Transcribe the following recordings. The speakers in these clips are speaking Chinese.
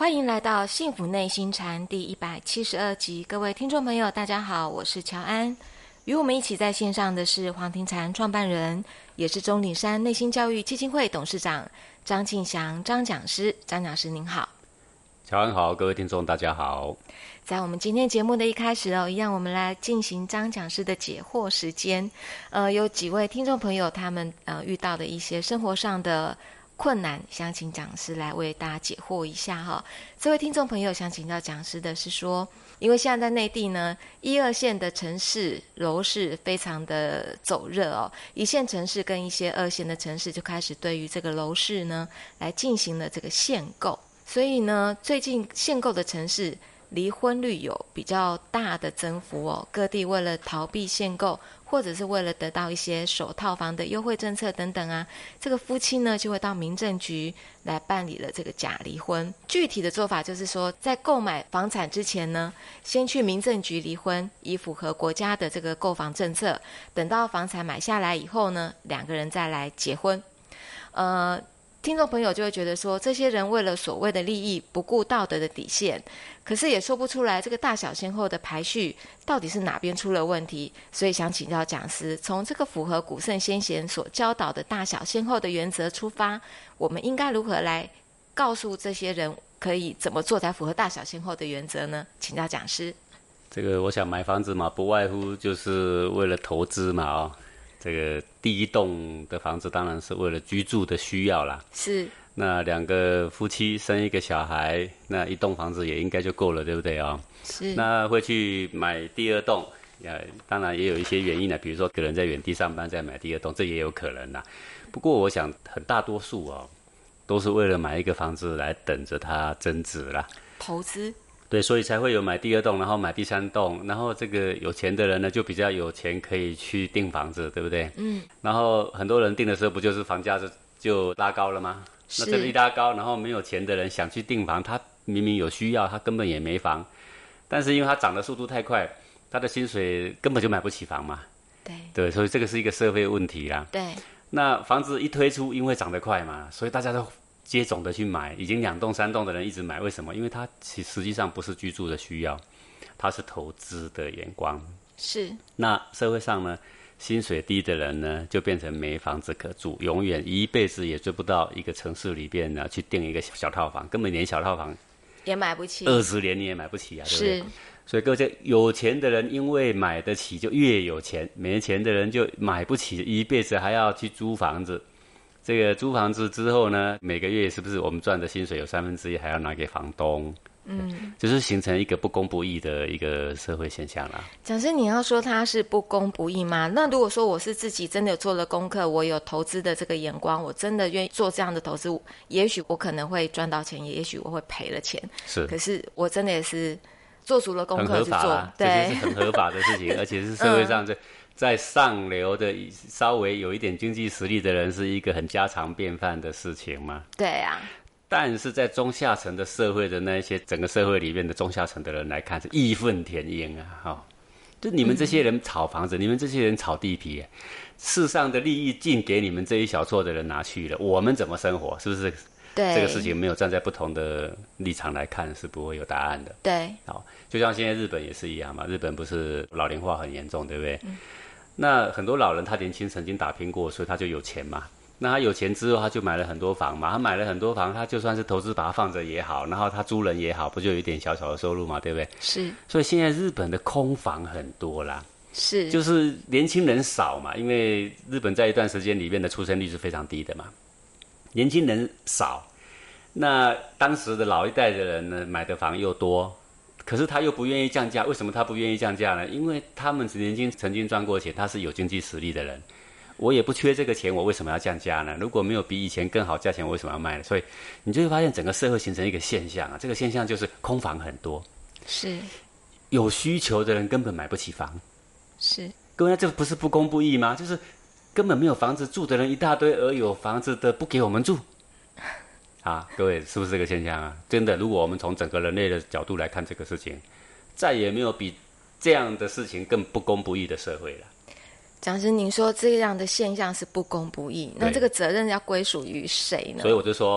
欢迎来到幸福内心禅第172集，各位听众朋友大家好，我是乔安。与我们一起在线上的是黄庭禅创办人，也是钟岭山内心教育基金会董事长张庆祥张讲师。张讲师您好。 乔安好，各位听众大家好。 在我们今天节目的一开始一样我们来进行张讲师的解惑时间。有几位听众朋友他们遇到的一些生活上的困难，想请讲师来为大家解惑一下哈。这位听众朋友想请教讲师的是说，因为现在在内地呢，1、2线的城市楼市非常的走热1线城市跟一些2线的城市就开始对于这个楼市呢来进行了这个限购，所以呢最近限购的城市离婚率有比较大的增幅各地为了逃避限购，或者是为了得到一些首套房的优惠政策等等这个夫妻呢就会到民政局来办理了这个假离婚。具体的做法就是说，在购买房产之前呢，先去民政局离婚，以符合国家的这个购房政策，等到房产买下来以后呢，2个人再来结婚。听众朋友就会觉得说，这些人为了所谓的利益不顾道德的底线，可是也说不出来这个大小先后的排序到底是哪边出了问题，所以想请教讲师，从这个符合古圣先贤所教导的大小先后的原则出发，我们应该如何来告诉这些人可以怎么做才符合大小先后的原则呢？请教讲师。 这个我想买房子嘛，不外乎就是为了投资嘛这个第一栋的房子当然是为了居住的需要啦， 是。 那2个夫妻生1个小孩，那1栋房子也应该就够了，对不对是。 那会去买第2栋，当然也有一些原因比如说个人在远地上班再买第2栋，这也有可能啦。不过我想很大多数都是为了买一个房子来等着它增值啦， 投资。 对，所以才会有买第2栋，然后买第3栋，然后这个有钱的人呢就比较有钱，可以去订房子，对不对？然后很多人订的时候不就是房价就拉高了吗？那这个一拉高，然后没有钱的人想去订房，他明明有需要，他根本也没房，但是因为他涨的速度太快，他的薪水根本就买不起房嘛。对，所以这个是一个社会问题啦。 对。 那房子一推出，因为涨得快嘛，所以大家都接踵的去买，已经2栋3栋的人一直买，为什么？因为它实际上不是居住的需要，它是投资的眼光。 是。那社会上呢，薪水低的人呢，就变成没房子可住，永远一辈子也追不到一个城市里边呢去订一个小套房，根本连小套房也买不起 ，20年你也买不起对不对？ 是。 所以各位，有钱的人因为买得起就越有钱，没钱的人就买不起，一辈子还要去租房子。这个租房子之后呢，每个月是不是我们赚的薪水有1/3还要拿给房东？就是形成一个不公不义的一个社会现象啦。 讲师，你要说它是不公不义吗？那如果说我是自己真的有做了功课，我有投资的这个眼光，我真的愿意做这样的投资，也许我可能会赚到钱，也许我会赔了钱。 是。 可是我真的也是做足了功课去做， 很合法对， 这是很合法的事情，而且是社会上在上流的稍微有一点经济实力的人是一个很家常便饭的事情嘛。 对啊。 但是在中下层的社会的那些整个社会里面的中下层的人来看是义愤填膺就你们这些人炒房子，你们这些人炒地皮世上的利益尽给你们这一小撮的人拿去了，我们怎么生活？是不是？ 对。 这个事情没有站在不同的立场来看是不会有答案的。 对。 就像现在日本也是一样嘛，日本不是老龄化很严重，对不对？那很多老人他年轻曾经打拼过，所以他就有钱嘛。那他有钱之后，他就买了很多房嘛。他买了很多房，他就算是投资把它放着也好，然后他租人也好，不就有一点小小的收入嘛，对不对？ 是。 所以现在日本的空房很多啦。 是。 就是年轻人少嘛，因为日本在一段时间里面的出生率是非常低的嘛，年轻人少。那当时的老一代的人呢，买的房又多，可是他又不愿意降价。为什么他不愿意降价呢？因为他们年轻曾经赚过钱，他是有经济实力的人。我也不缺这个钱，我为什么要降价呢？如果没有比以前更好价钱，我为什么要卖呢？所以你就会发现整个社会形成一个现象这个现象就是空房很多， 是。 有需求的人根本买不起房。 是。 各位，这不是不公不义吗？就是根本没有房子住的人一大堆，而有房子的不给我们住各位是不是这个现象真的，如果我们从整个人类的角度来看这个事情，再也没有比这样的事情更不公不义的社会了。 讲师，您说这样的现象是不公不义，那这个责任要归属于谁呢？ 所以我就说，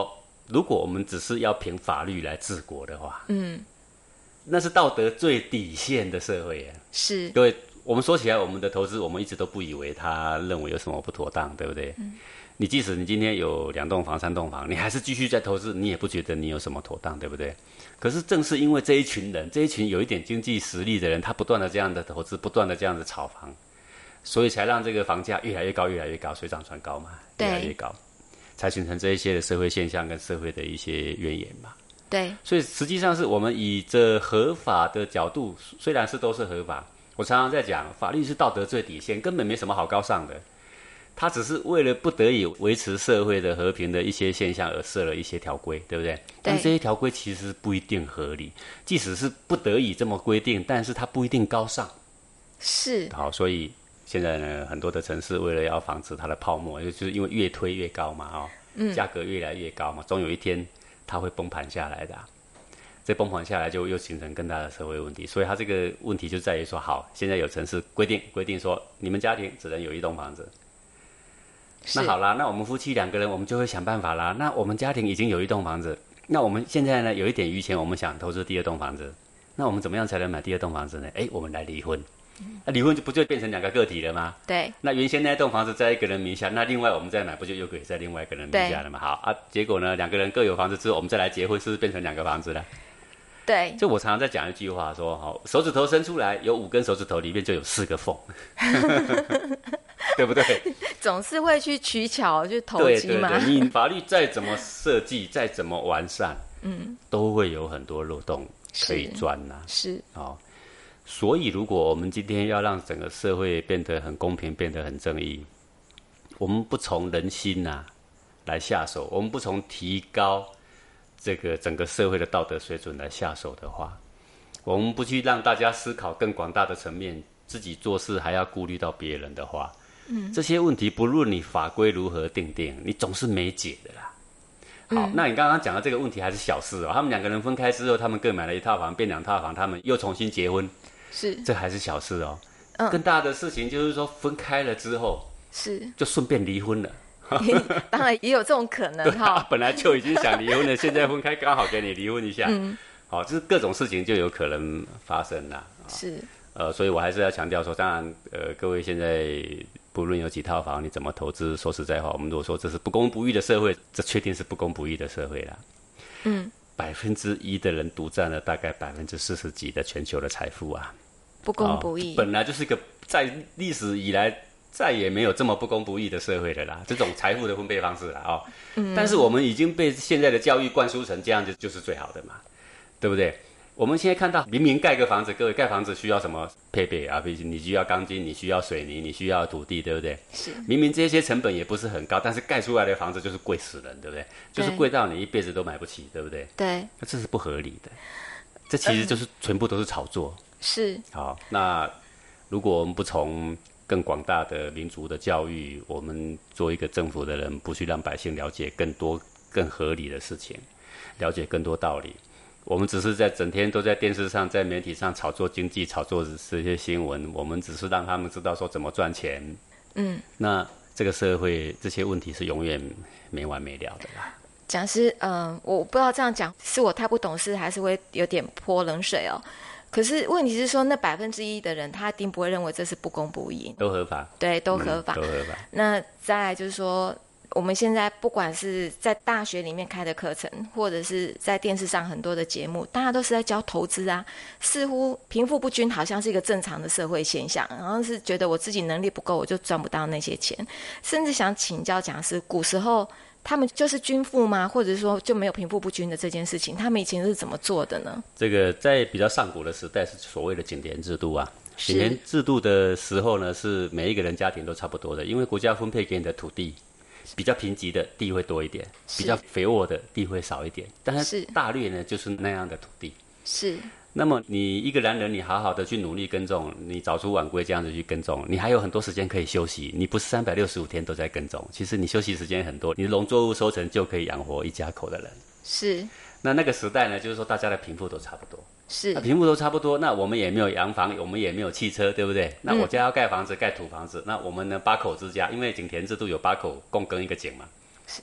如果我们只是要凭法律来治国的话，那是道德最底线的社会啊。 是， 各位，我们说起来，我们的投资，我们一直都不以为他认为有什么不妥当，对不对？你即使你今天有2栋房、3栋房，你还是继续在投资，你也不觉得你有什么妥当，对不对？可是正是因为这一群人，这一群有一点经济实力的人，他不断的这样的投资，不断的这样的炒房，所以才让这个房价越来越高，越来越高，水涨船高嘛，越来越高，才形成这一些的社会现象跟社会的一些渊源嘛。 对， 所以实际上是我们以这合法的角度，虽然是都是合法，我常常在讲，法律是道德最底线，根本没什么好高尚的。它只是为了不得已维持社会的和平的一些现象而设了一些条规，对不对？但这些条规其实不一定合理，即使是不得已这么规定，但是它不一定高尚。 是。 好，所以现在呢，很多的城市为了要防止它的泡沫，就是因为越推越高嘛，价格越来越高嘛，总有一天它会崩盘下来的这崩盘下来就又形成更大的社会问题。所以它这个问题就在于说，好，现在有城市规定说，你们家庭只能有1栋房子。那好啦，那我们夫妻2个人，我们就会想办法啦。那我们家庭已经有1栋房子，那我们现在呢有一点余钱，我们想投资第2栋房子，那我们怎么样才能买第2栋房子呢？我们来离婚。那离婚不就变成2个个体了吗？ 对。 那原先那栋房子在一个人名下，那另外我们再买，不就又可以在另外一个人名下了吗？好啊，结果呢2个人各有房子之后，我们再来结婚，是不是变成2个房子了？ 对。 就我常常在讲一句话说，好，手指头伸出来有5根手指头，里面就有4个缝。对不对？ 总是会去取巧去投机嘛。 对，你法律再怎么设计，再怎么完善，都会有很多漏洞可以钻呐。 是。 所以如果我们今天要让整个社会变得很公平，变得很正义，我们不从人心来下手，我们不从提高这个整个社会的道德水准来下手的话，我们不去让大家思考更广大的层面，自己做事还要顾虑到别人的话，这些问题不论你法规如何定，你总是没解的啦。好，那你刚刚讲的这个问题还是小事他们2个人分开之后，他们各买了1套房，变2套房，他们又重新结婚， 是， 这还是小事更大的事情就是说，分开了之后， 是就顺便离婚了。 当然也有这种可能本来就已经想离婚了，现在分开刚好给你离婚一下。好，就是各种事情就有可能发生啦。 是。 所以我还是要强调说，当然，各位现在不论有几套房，你怎么投资，说实在话，我们如果说这是不公不义的社会，这确定是不公不义的社会啦。1%的人独占了大概40%几的全球的财富不公不义。 本来就是一个在历史以来再也没有这么不公不义的社会了啦，这种财富的分配方式啦但是我们已经被现在的教育灌输成这样，就是最好的嘛，对不对？我们现在看到明明盖个房子，各位盖房子需要什么配备比如你需要钢筋，你需要水泥，你需要土地，对不对？ 是。 明明这些成本也不是很高，但是盖出来的房子就是贵死人，对不对？就是贵到你一辈子都买不起，对不对？ 对。 那这是不合理的，这其实就是全部都是炒作。 是。 好，那如果我们不从更广大的民族的教育，我们做一个政府的人，不去让百姓了解更多更合理的事情，了解更多道理，我们只是在整天都在电视上，在媒体上炒作经济，炒作这些新闻，我们只是让他们知道说怎么赚钱。那这个社会这些问题是永远没完没了的啦。 讲师，我不知道这样讲是我太不懂事，还是会有点泼冷水可是问题是说，那1%的人，他一定不会认为这是不公不义， 都合法。 对，都合法， 都合法。 那再来就是说，我们现在不管是在大学里面开的课程，或者是在电视上很多的节目，大家都是在教投资似乎贫富不均好像是一个正常的社会现象，好像是觉得我自己能力不够，我就赚不到那些钱，甚至想请教讲师，古时候他们就是均富吗？或者说就没有贫富不均的这件事情，他们以前是怎么做的呢？ 这个在比较上古的时代是所谓的井田制度井田制度的时候呢，是每一个人家庭都差不多的，因为国家分配给你的土地比较贫瘠的地会多一点，比较肥沃的地会少一点，但是大略呢就是那样的土地。 是。 那么你一个男人，你好好的去努力耕种，你早出晚归这样子去耕种，你还有很多时间可以休息，你不是365天都在耕种，其实你休息时间很多，你的农作物收成就可以养活一家口的人。 是。 那个时代呢，就是说大家的贫富都差不多。 是。 贫富都差不多，那我们也没有洋房，我们也没有汽车，对不对？那我家要盖房子，盖土房子，那我们呢8口之家，因为井田制度有8口共耕一个井嘛。是。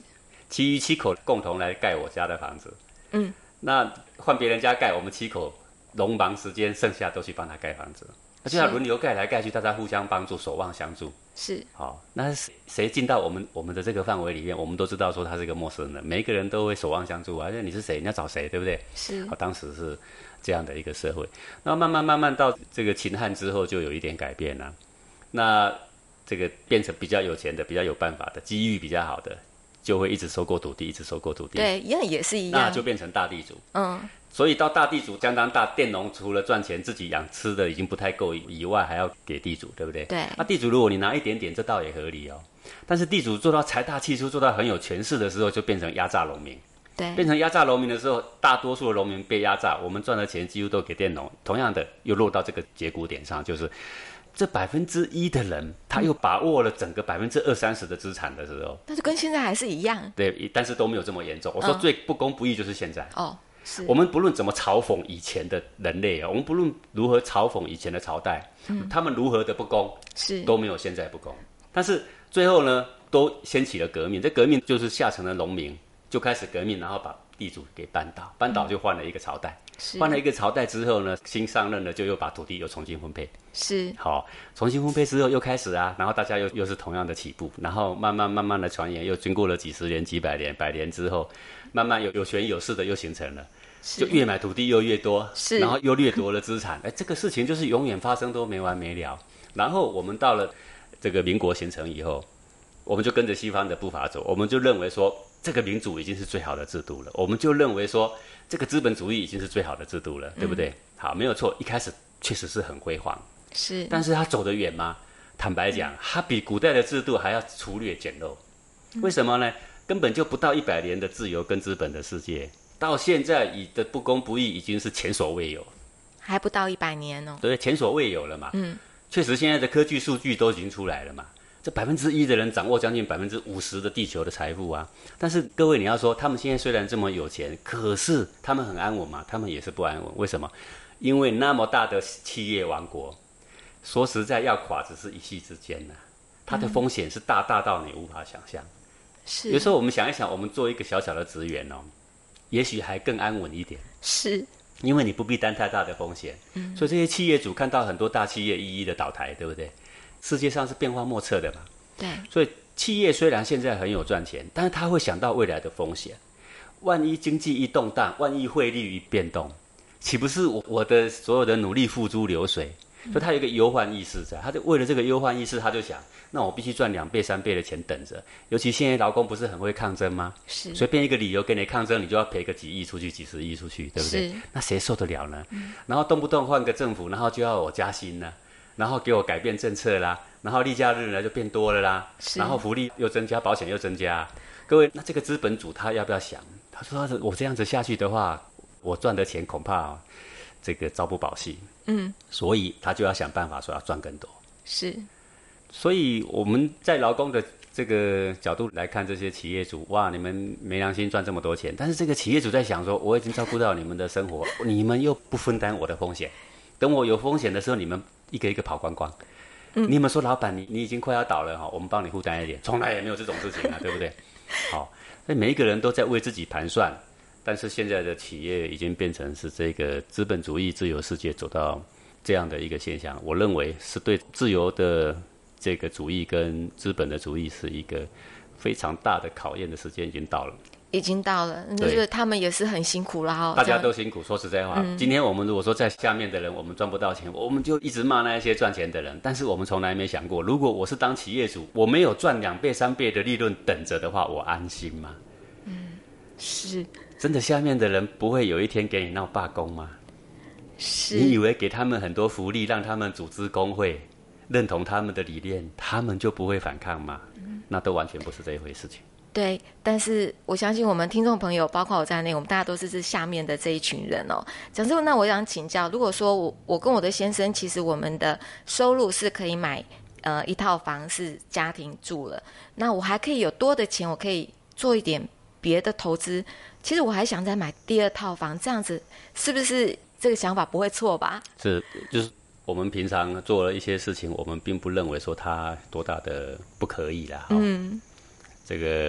其余7口共同来盖我家的房子。 嗯， 那换别人家盖，我们7口农忙时间，剩下都去帮他盖房子。而且要轮流盖来盖去，大家互相帮助，守望相助。 是， 好，那谁进到我们的这个范围里面，我们都知道说他是一个陌生人，每一个人都会守望相助啊。你是谁？你要找谁，对不对？ 是。 好，当时是这样的一个社会。那慢慢到这个秦汉之后，就有一点改变了。那这个变成比较有钱的、比较有办法的、机遇比较好的，就会一直收购土地，一直收购土地。 对，一样也是一样。 那就变成大地主。 嗯。 所以到大地主相当大，佃农除了赚钱自己养吃的已经不太够以外，还要给地主，对不对？ 对。 那地主如果你拿一点点，这倒也合理哦。但是地主做到财大气粗，做到很有权势的时候，就变成压榨农民。 对。 变成压榨农民的时候，大多数的农民被压榨，我们赚的钱几乎都给佃农。同样的，又落到这个节骨点上，就是这1%的人，他又把握了整个20-30%的资产的时候， 但是跟现在还是一样。 对，但是都没有这么严重。我说最不公不义就是现在。 哦。是， 我们不论怎么嘲讽以前的人类啊，我们不论如何嘲讽以前的朝代，他们如何的不公， 是都没有现在不公。但是最后呢，都掀起了革命。这革命就是下层的农民就开始革命，然后把地主给扳倒，扳倒就换了一个朝代。换了一个朝代之后呢，新上任的就又把土地又重新分配。 是， 好，重新分配之后又开始啊，然后大家又是同样的起步，然后慢慢的传言，又经过了几十年、几百年、100年之后，慢慢有权有势的又形成了。就越买土地又越多，然后又掠夺了资产，这个事情就是永远发生都没完没了。然后我们到了这个民国形成以后，我们就跟着西方的步伐走，我们就认为说这个民主已经是最好的制度了，我们就认为说这个资本主义已经是最好的制度了，对不对？好，没有错，一开始确实是很辉煌， 是， 但是它走得远吗？坦白讲，它比古代的制度还要粗略简陋。为什么呢？根本就不到100年的自由跟资本的世界。到现在以的不公不义已经是前所未有， 还不到100年哦。 对，前所未有了嘛。确实现在的科技数据都已经出来了嘛。这1%的人掌握将近50%的地球的财富啊。但是各位你要说，他们现在虽然这么有钱，可是他们很安稳吗？他们也是不安稳。为什么？因为那么大的企业王国，说实在要垮只是一夕之间啊。它的风险是大到你无法想象。 是。 有时候我们想一想，我们做一个小小的职员哦。也许还更安稳一点， 是因为你不必担太大的风险。所以这些企业主看到很多大企业一一的倒台，对不对？世界上是变化莫测的嘛。 对。 所以企业虽然现在很有赚钱，但是他会想到未来的风险。万一经济一动荡，万一汇率一变动，岂不是我的所有的努力付诸流水？所以他有一个忧患意识在，他就为了这个忧患意识，他就想，那我必须赚2倍、3倍的钱等着。尤其现在劳工不是很会抗争吗？ 是， 随便一个理由给你抗争，你就要赔个几亿出去、几十亿出去，对不对？那谁受得了呢？然后动不动换个政府，然后就要我加薪呢，然后给我改变政策啦，然后例假日呢就变多了啦，然后福利又增加，保险又增加。各位，那这个资本主他要不要想？他说我这样子下去的话，我赚的钱恐怕这个朝不保夕。所以他就要想办法说要赚更多。 是， 所以我们在劳工的这个角度来看，这些企业主，哇，你们没良心赚这么多钱，但是这个企业主在想说，我已经照顾到你们的生活，你们又不分担我的风险，等我有风险的时候，你们一个一个跑光光。你们说老板，你已经快要倒了，我们帮你负担一点，从来也没有这种事情啊，对不对？好，所以每一个人都在为自己盘算。但是现在的企业已经变成是这个资本主义自由世界走到这样的一个现象，我认为是对自由的这个主义跟资本的主义是一个非常大的考验的时间已经到了。 已经到了，就是他们也是很辛苦啦。 大家都辛苦。说实在话，今天我们如果说在下面的人我们赚不到钱，我们就一直骂那些赚钱的人，但是我们从来没想过，如果我是当企业主，我没有赚2倍3倍的利润等着的话，我安心吗？ 是。 真的下面的人不会有一天给你闹罢工吗？ 是。 你以为给他们很多福利，让他们组织工会，认同他们的理念，他们就不会反抗吗？那都完全不是这一回事情。 对，但是我相信我们听众朋友，包括我在内，我们大家都是下面的这一群人哦。讲师傅，那我想请教，如果说我跟我的先生，其实我们的收入是可以买一套房是家庭住了，那我还可以有多的钱，我可以做一点别的投资。其实我还想再买第2套房，这样子是不是这个想法不会错吧？ 是，就是我们平常做了一些事情，我们并不认为说它多大的不可以啦。这个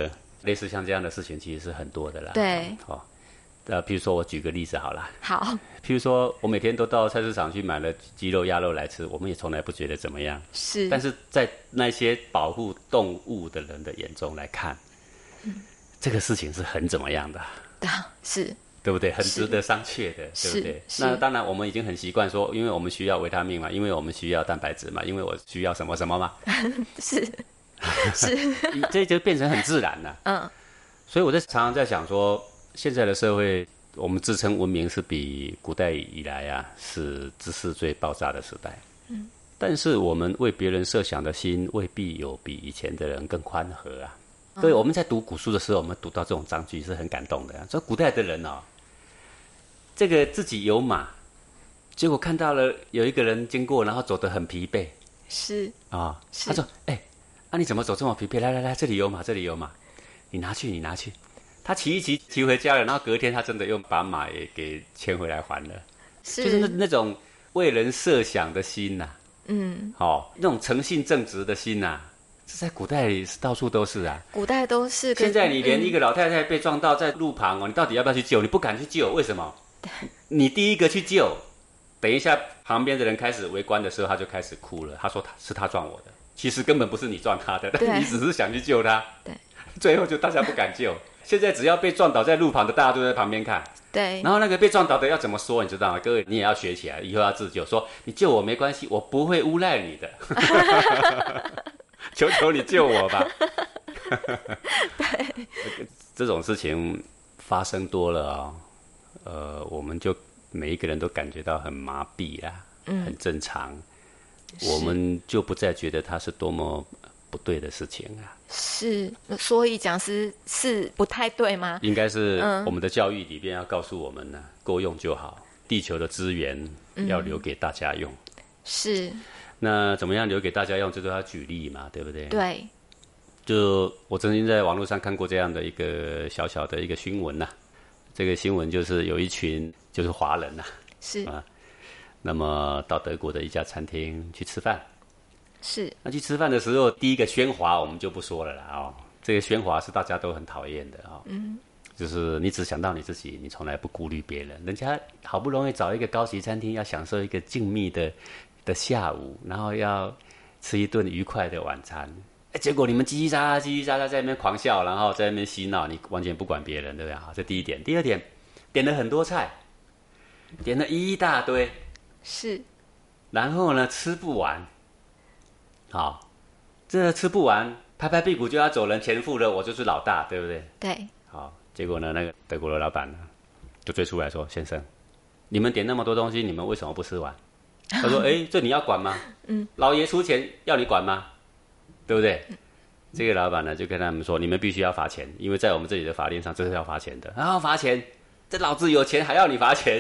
类似像这样的事情其实是很多的啦。 对， 譬如说我举个例子好了。 好， 譬如说我每天都到菜市场去买了鸡肉、鸭肉来吃，我们也从来不觉得怎么样。 是， 但是在那些保护动物的人的眼中来看，这个事情是很怎么样的？ 是， 对不对？很值得商榷的，对不对？那当然，我们已经很习惯说，因为我们需要维他命嘛，因为我们需要蛋白质嘛，因为我需要什么什么嘛， 是， 这就变成很自然了。所以我常常在想说，现在的社会，我们自称文明是比古代以来啊，是知识最爆炸的时代。但是我们为别人设想的心，未必有比以前的人更宽和啊。所以我们在读古书的时候，我们读到这种章句是很感动的。说古代的人哦，这个自己有马，结果看到了有一个人经过，然后走得很疲惫， 是啊，他说：“你怎么走这么疲惫？来，这里有马，这里有马，你拿去。”他骑一骑，骑回家了，然后隔天他真的又把马也给牵回来还了，就是那种为人设想的心呐，那种诚信正直的心呐。这在古代到处都是啊， 古代都是。 现在你连一个老太太被撞到在路旁你到底要不要去救？你不敢去救，为什么？你第一个去救，等一下旁边的人开始围观的时候，他就开始哭了。他说是他撞我的，其实根本不是你撞他的，但你只是想去救他。 对， 最后就大家不敢救。现在只要被撞倒在路旁的，大家都在旁边看。 对， 然后那个被撞倒的要怎么说，你知道吗？各位，你也要学起来，以后要自救，说你救我没关系，我不会诬赖你的。求求你救我吧！对，这种事情发生多了我们就每一个人都感觉到很麻痹啦，很正常，我们就不再觉得它是多么不对的事情啊。 是，所以讲是不太对吗？ 应该是我们的教育里边要告诉我们呢，够用就好，地球的资源要留给大家用。 是。 那怎么样留给大家用？这都要举例嘛，对不对？ 对。 就我曾经在网络上看过这样的一个小小的一个新闻呐，这个新闻就是有一群就是华人呐， 是啊， 那么到德国的一家餐厅去吃饭， 是。 那去吃饭的时候，第一个喧哗我们就不说了啦这个喧哗是大家都很讨厌的就是你只想到你自己，你从来不顾虑别人。人家好不容易找一个高级餐厅，要享受一个静谧的下午，然后要吃一顿愉快的晚餐，结果你们叽叽喳喳在那边狂笑，然后在那边嬉闹，你完全不管别人，对不对？这第一点。第二点，点了很多菜，点了一大堆， 是， 然后呢吃不完，这吃不完，拍拍屁股就要走人，钱付了我就是老大，对不对？ 对。 结果呢，那个德国的老板呢就追出来说：“先生，你们点那么多东西，你们为什么不吃完？”他说：“这你要管吗？老爷出钱要你管吗？对不对？”这个老板呢就跟他们说：“你们必须要罚钱，因为在我们这里的法令上这是要罚钱的。”然后罚钱，这老子有钱还要你罚钱？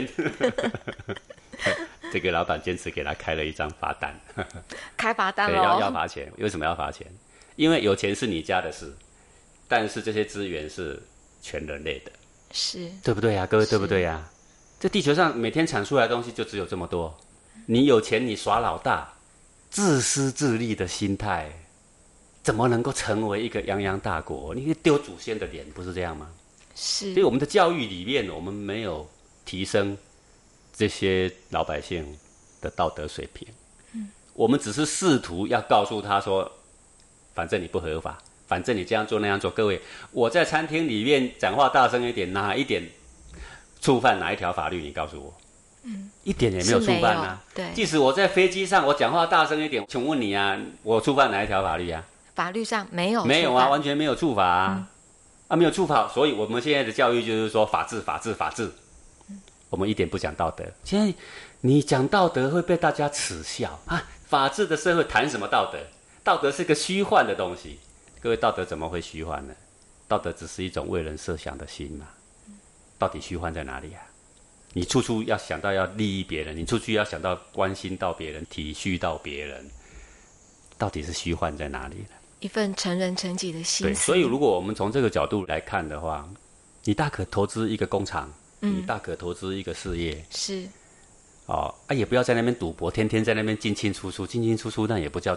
这个老板坚持给他开了一张罚单， 开罚单了，要罚钱。为什么要罚钱？因为有钱是你家的事，但是这些资源是全人类的， 是对不对呀？各位对不对呀？这地球上每天产出来的东西就只有这么多。你有钱，你耍老大，自私自利的心态，怎么能够成为一个泱泱大国？你丢祖先的脸，不是这样吗？ 是。 所以我们的教育里面，我们没有提升这些老百姓的道德水平。我们只是试图要告诉他说，反正你不合法，反正你这样做那样做。各位，我在餐厅里面讲话大声一点，哪一点触犯哪一条法律？你告诉我。一点也没有触犯啊！ 对， 即使我在飞机上，我讲话大声一点，请问你啊，我触犯哪一条法律啊？ 法律上没有完全没有处罚没有处罚，所以我们现在的教育就是说法治，我们一点不讲道德。现在你讲道德会被大家耻笑法治的社会谈什么道德？道德是个虚幻的东西。各位，道德怎么会虚幻呢？道德只是一种为人设想的心嘛。到底虚幻在哪里啊？你处处要想到要利益别人，你处处要想到关心到别人，体恤到别人，到底是虚幻在哪里呢？ 一份成人成己的心思。 对，所以如果我们从这个角度来看的话，你大可投资一个工厂，你大可投资一个事业， 是也不要在那边赌博，天天在那边进进出出，那也不叫做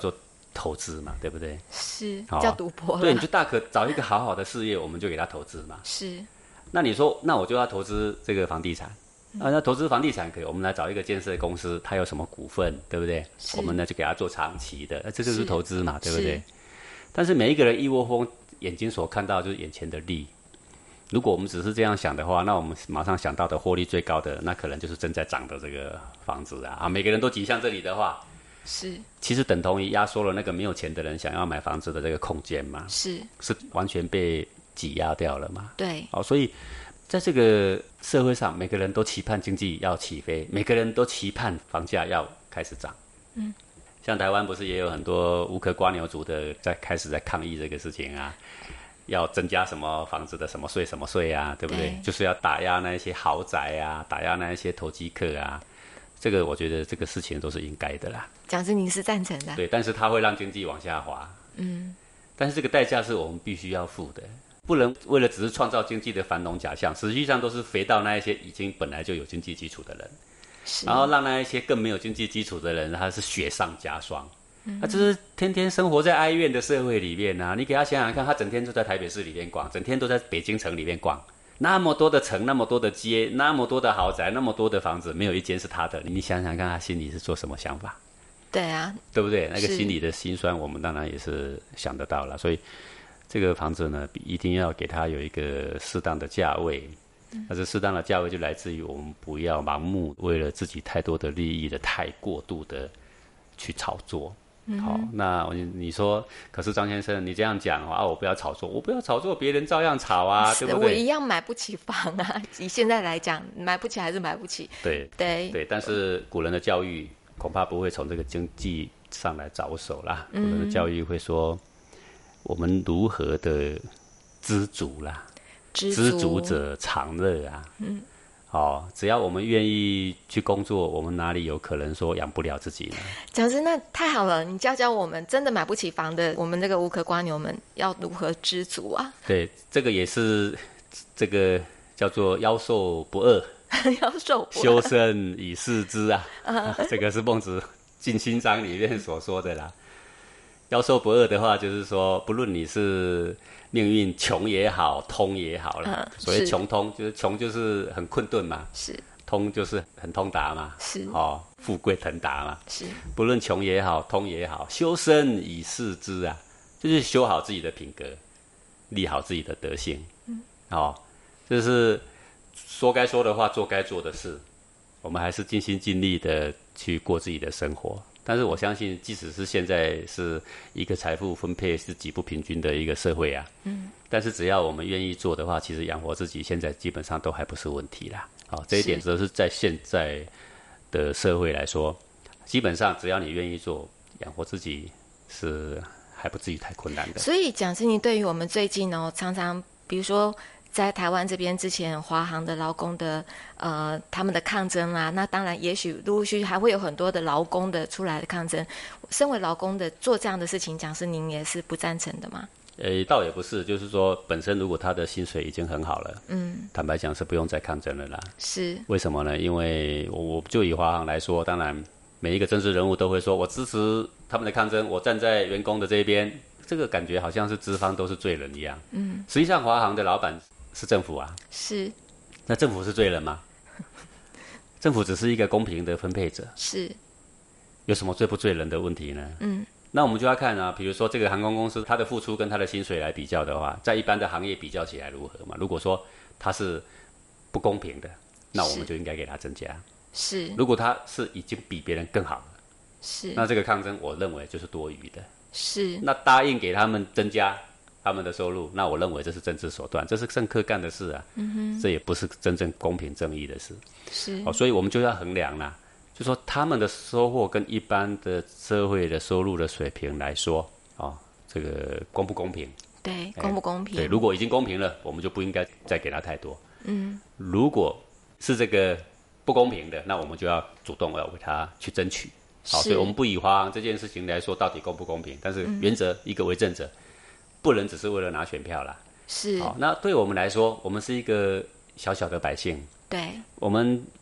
投资嘛，对不对？ 是叫赌博了。 对，你就大可找一个好好的事业，我们就给他投资嘛。 是。 那你说，那我就要投资这个房地产。那投资房地产可以，我们来找一个建设公司，它有什么股份，对不对？我们呢就给它做长期的，这就是投资嘛，对不对？但是每一个人一窝蜂，眼睛所看到就是眼前的利。如果我们只是这样想的话，那我们马上想到的获利最高的，那可能就是正在涨的这个房子啊。每个人都挤向这里的话，其实等同于压缩了那个没有钱的人想要买房子的这个空间嘛，是完全被挤压掉了嘛。 对， 所以在这个社会上，每个人都期盼经济要起飞，每个人都期盼房价要开始涨。像台湾不是也有很多无壳蝸牛族的开始在抗议这个事情啊，要增加什么房子的什么税啊，对不对？就是要打压那一些豪宅啊，打压那一些投机客啊。这个我觉得这个事情都是应该的啦。 讲师您是赞成的？ 对，但是它会让经济往下滑。但是这个代价是我们必须要付的。不能为了只是创造经济的繁荣假象，实际上都是肥到那一些已经本来就有经济基础的人，然后让那一些更没有经济基础的人，他是雪上加霜。这是天天生活在哀怨的社会里面啊！你给他想想看，他整天都在台北市里面逛，整天都在北京城里面逛，那么多的城，那么多的街，那么多的豪宅，那么多的房子，没有一间是他的。你想想看，他心里是做什么想法？ 对啊， 对不对？那个心里的辛酸，我们当然也是想得到了。所以这个房子呢，一定要给它有一个适当的价位。但是适当的价位就来自于我们不要盲目为了自己太多的利益的太过度的去炒作。好，那你说，可是张先生，你这样讲啊，我不要炒作，我不要炒作，别人照样炒啊，对不对？ 我一样买不起房啊，以现在来讲，买不起还是买不起。 对，但是古人的教育恐怕不会从这个经济上来着手啦。古人的教育会说，我们如何的知足啦，知足者常乐啊。只要我们愿意去工作，我们哪里有可能说养不了自己呢？ 讲师，那太好了，你教教我们，真的买不起房的，我们这个无壳蝸牛们要如何知足啊？ 对，这个也是这个叫做妖兽不恶， 妖兽不恶， 修身以事之啊。这个是孟子尽心章里面所说的啦。妖兽不恶的话，就是说，不论你是命运穷也好，通也好啦。所谓穷通，就是穷就是很困顿嘛，通就是很通达嘛，富贵腾达嘛。不论穷也好，通也好，修身以事之啊，就是修好自己的品格，立好自己的德性。就是说该说的话，做该做的事，我们还是尽心尽力的去过自己的生活。但是我相信，即使是现在是一个财富分配是极不平均的一个社会啊，但是只要我们愿意做的话，其实养活自己现在基本上都还不是问题啦。这一点则是在现在的社会来说，基本上只要你愿意做，养活自己是还不至于太困难的。 所以讲师，你对于我们最近常常比如说在台湾这边之前华航的劳工的他们的抗争啦，那当然也许陆续还会有很多的劳工的出来的抗争。身为劳工的做这样的事情，讲师您也是不赞成的吗？ 倒也不是，就是说本身如果他的薪水已经很好了，坦白讲是不用再抗争了啦。是为什么呢？因为我就以华航来说，当然每一个政治人物都会说我支持他们的抗争，我站在员工的这一边，这个感觉好像是资方都是罪人一样。实际上华航的老板是政府啊，是。那政府是罪人吗？政府只是一个公平的分配者，是。有什么罪不罪人的问题呢？那我们就要看啊，比如说这个航空公司，它的付出跟它的薪水来比较的话，在一般的行业比较起来如何嘛？如果说它是不公平的，那我们就应该给它增加。是。如果它是已经比别人更好了，是。那这个抗争，我认为就是多余的。是。那答应给他们增加他们的收入，那我认为这是政治手段，这是政客干的事啊。这也不是真正公平正义的事。是。所以我们就要衡量啦。就说他们的收获跟一般的社会的收入的水平来说，这个公不公平？对，公不公平？对，如果已经公平了，我们就不应该再给他太多。如果是这个不公平的，那我们就要主动要为他去争取。所以我们不以华航这件事情来说到底公不公平，但是原则一个为正者，不能只是为了拿选票啦。是。那对我们来说，我们是一个小小的百姓。对。我们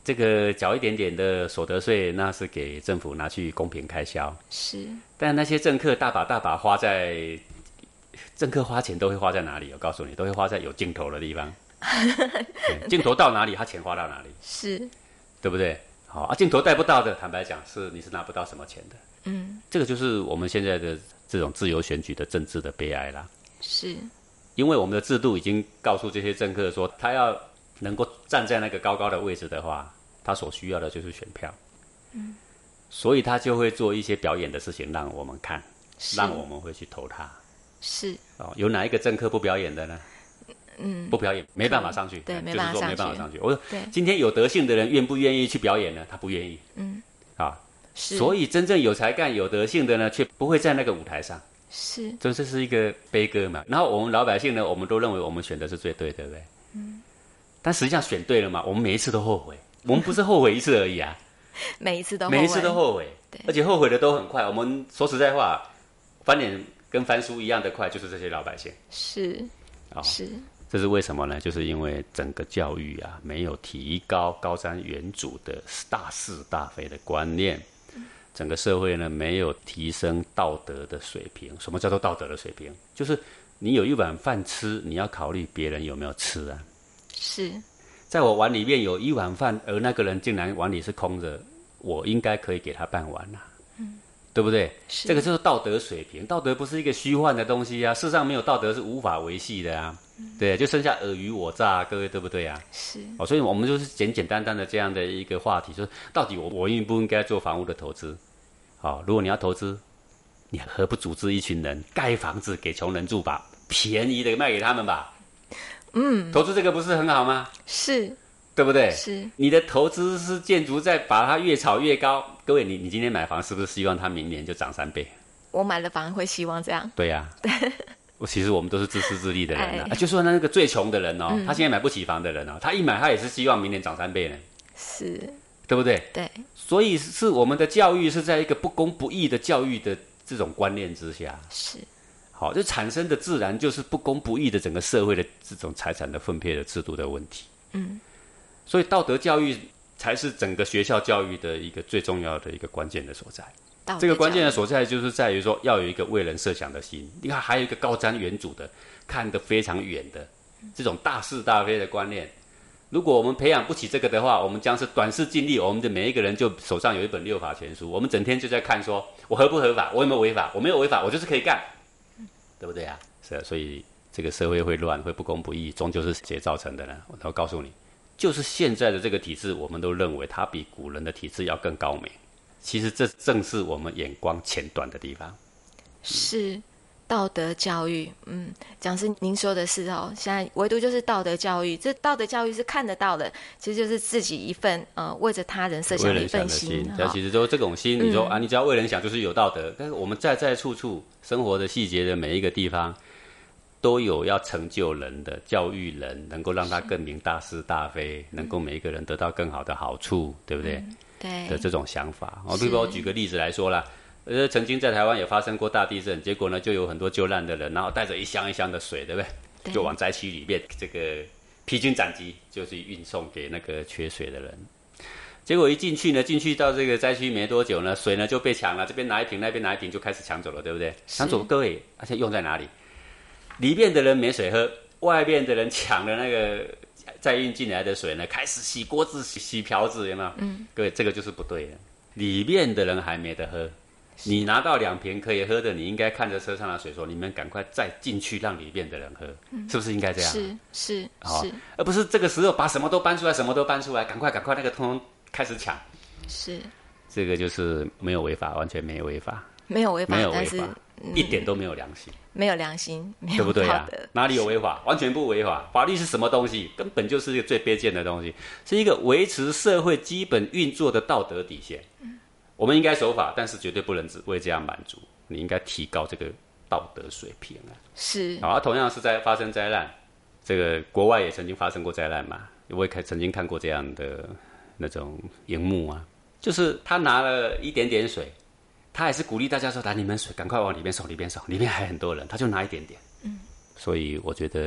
这个缴一点点的所得税，那是给政府拿去公平开销。 是， 但那些政客大把大把花在，政客花钱都会花在哪里？我告诉你，都会花在有镜头的地方。镜头到哪里，他钱花到哪里， 是， 对不对？好啊，镜头带不到的，坦白讲，你是拿不到什么钱的。这个就是我们现在的这种自由选举的政治的悲哀啦。 是， 因为我们的制度已经告诉这些政客说，他要能够站在那个高高的位置的话，他所需要的就是选票。所以他就会做一些表演的事情让我们看，让我们会去投他。 是有哪一个政客不表演的呢？不表演没办法上去， 对， 就是说没办法上去。我说， 对， 今天有德性的人愿不愿意去表演呢？他不愿意。所以真正有才干、有德性的呢，却不会在那个舞台上。 是， 这是一个悲歌嘛。然后我们老百姓呢，我们都认为我们选的是最对，对不对？但实际上选对了嘛，我们每一次都后悔。我们不是后悔一次而已啊， 每一次都后悔， 每一次都后悔，而且后悔的都很快。我们说实在话，翻脸跟翻书一样的快，就是这些老百姓。 是，是。 这是为什么呢？就是因为整个教育啊，没有提高高瞻远瞩的大是大非的观念，整个社会呢没有提升道德的水平。什么叫做道德的水平？就是你有一碗饭吃，你要考虑别人有没有吃啊。 是， 在我碗里面有一碗饭，而那个人竟然碗里是空着，我应该可以给他半碗啊。对不对？这个就是道德水平。道德不是一个虚幻的东西啊，世上没有道德是无法维系的啊。对，就剩下尔虞我诈，各位对不对啊？ 是。 所以我们就是简简单单的这样的一个话题，就是到底我应不应该做房屋的投资？如果你要投资，你何不组织一群人盖房子给穷人住吧，便宜的卖给他们吧？投资这个不是很好吗？ 是。 对不对？ 是，你的投资是建筑在把它越炒越高。各位，你今天买房是不是希望它明年就涨3倍？ 我买了房会希望这样。 对呀、其实我们都是自私自利的人啊。就说那个最穷的人他现在买不起房的人他一买他也是希望明年涨3倍呢。 是， 对不对？ 对。 所以是我们的教育是在一个不公不义的教育的这种观念之下。 是。 好，就产生的自然就是不公不义的整个社会的这种财产的分配的制度的问题。所以道德教育才是整个学校教育的一个最重要的一个关键的所在。这个关键的所在就是在于说，要有一个为人设想的心。你看，还有一个高瞻远瞩的、看得非常远的这种大是大非的观念。如果我们培养不起这个的话，我们将是短视近利。我们的每一个人就手上有一本6法全书，我们整天就在看说，我合不合法，我有没有违法，我没有违法，我就是可以干，对不对啊？是啊，所以这个社会会乱，会不公不义，终究是谁造成的呢？我要告诉你。就是现在的这个体制，我们都认为它比古人的体制要更高明。其实这正是我们眼光浅短的地方。 是道德教育，讲师您说的是现在唯独就是道德教育。这道德教育是看得到的，其实就是自己一份为着他人设想的一份心。 其实说这种心，你说你只要为人想，就是有道德。但是我们在处处生活的细节的每一个地方，都有要成就人的教育人，能够让他更明大是大非，能够每一个人得到更好的好处，对不对？ 对的这种想法。比如说我举个例子来说啦，曾经在台湾也发生过大地震，结果呢就有很多救难的人，然后带着一箱一箱的水，对不对？就往灾区里面这个披荆斩棘，就是运送给那个缺水的人。结果一进去到这个灾区没多久呢，水呢就被抢了，这边拿一瓶，那边拿一瓶，就开始抢走了，对不对？抢走，各位，而且用在哪里？里面的人没水喝，外面的人抢了那个再运进来的水呢，开始洗锅子、洗瓢子，有没有？各位，这个就是不对的。里面的人还没得喝，你拿到2瓶可以喝的，你应该看着车上的水说：“你们赶快再进去，让里面的人喝。”是不是应该这样？ 是， 而不是这个时候把什么都搬出来，赶快那个通通开始抢。 是， 这个就是没有违法，完全没有违法， 没有违法，但是一点都没有良心。 没有良心，没有对不对啊？ 道德， 哪里有违法？完全不违法。法律是什么东西？根本就是一个最卑贱的东西，是一个维持社会基本运作的道德底线。我们应该守法，但是绝对不能只为这样满足。你应该提高这个道德水平啊。 是。 同样是在发生灾难，这个国外也曾经发生过灾难嘛，我也曾经看过这样的那种荧幕啊，就是他拿了一点点水。他还是鼓励大家说：“来，你们水赶快往里面送，里面还很多人。”他就拿一点点。所以我觉得，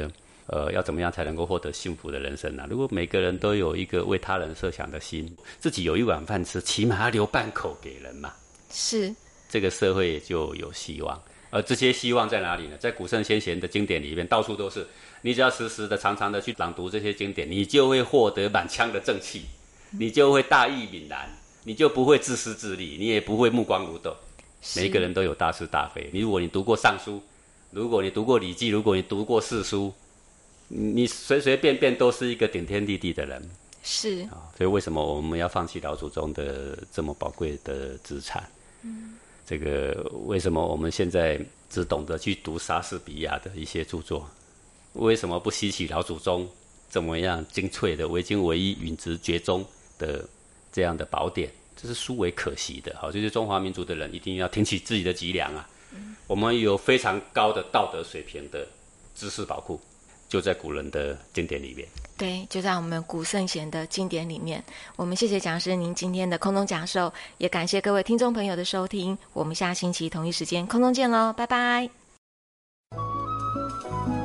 要怎么样才能够获得幸福的人生呢？如果每个人都有一个为他人设想的心，自己有一碗饭吃，起码要留半口给人嘛。 是， 这个社会就有希望。而这些希望在哪里呢？在古圣先贤的经典里面，到处都是。你只要时时的、常常的去朗读这些经典，你就会获得满腔的正气，你就会大义凛然，你就不会自私自利，你也不会目光如豆。每一个人都有大是大非。如果你读过《尚书》，如果你读过《礼记》，如果你读过四书，你随随便便都是一个顶天立地的人。 是啊，所以为什么我们要放弃老祖宗的这么宝贵的资产？这个为什么我们现在只懂得去读莎士比亚的一些著作？为什么不吸取老祖宗怎么样精粹的惟精惟一、允直厥中的这样的宝典？这是殊为可惜的。好，就是中华民族的人一定要挺起自己的脊梁啊！我们有非常高的道德水平的知识宝库，就在古人的经典里面。 对，就在我们古圣贤的经典里面。我们谢谢讲师您今天的空中讲授，也感谢各位听众朋友的收听。我们下星期同一时间空中见喽，拜拜。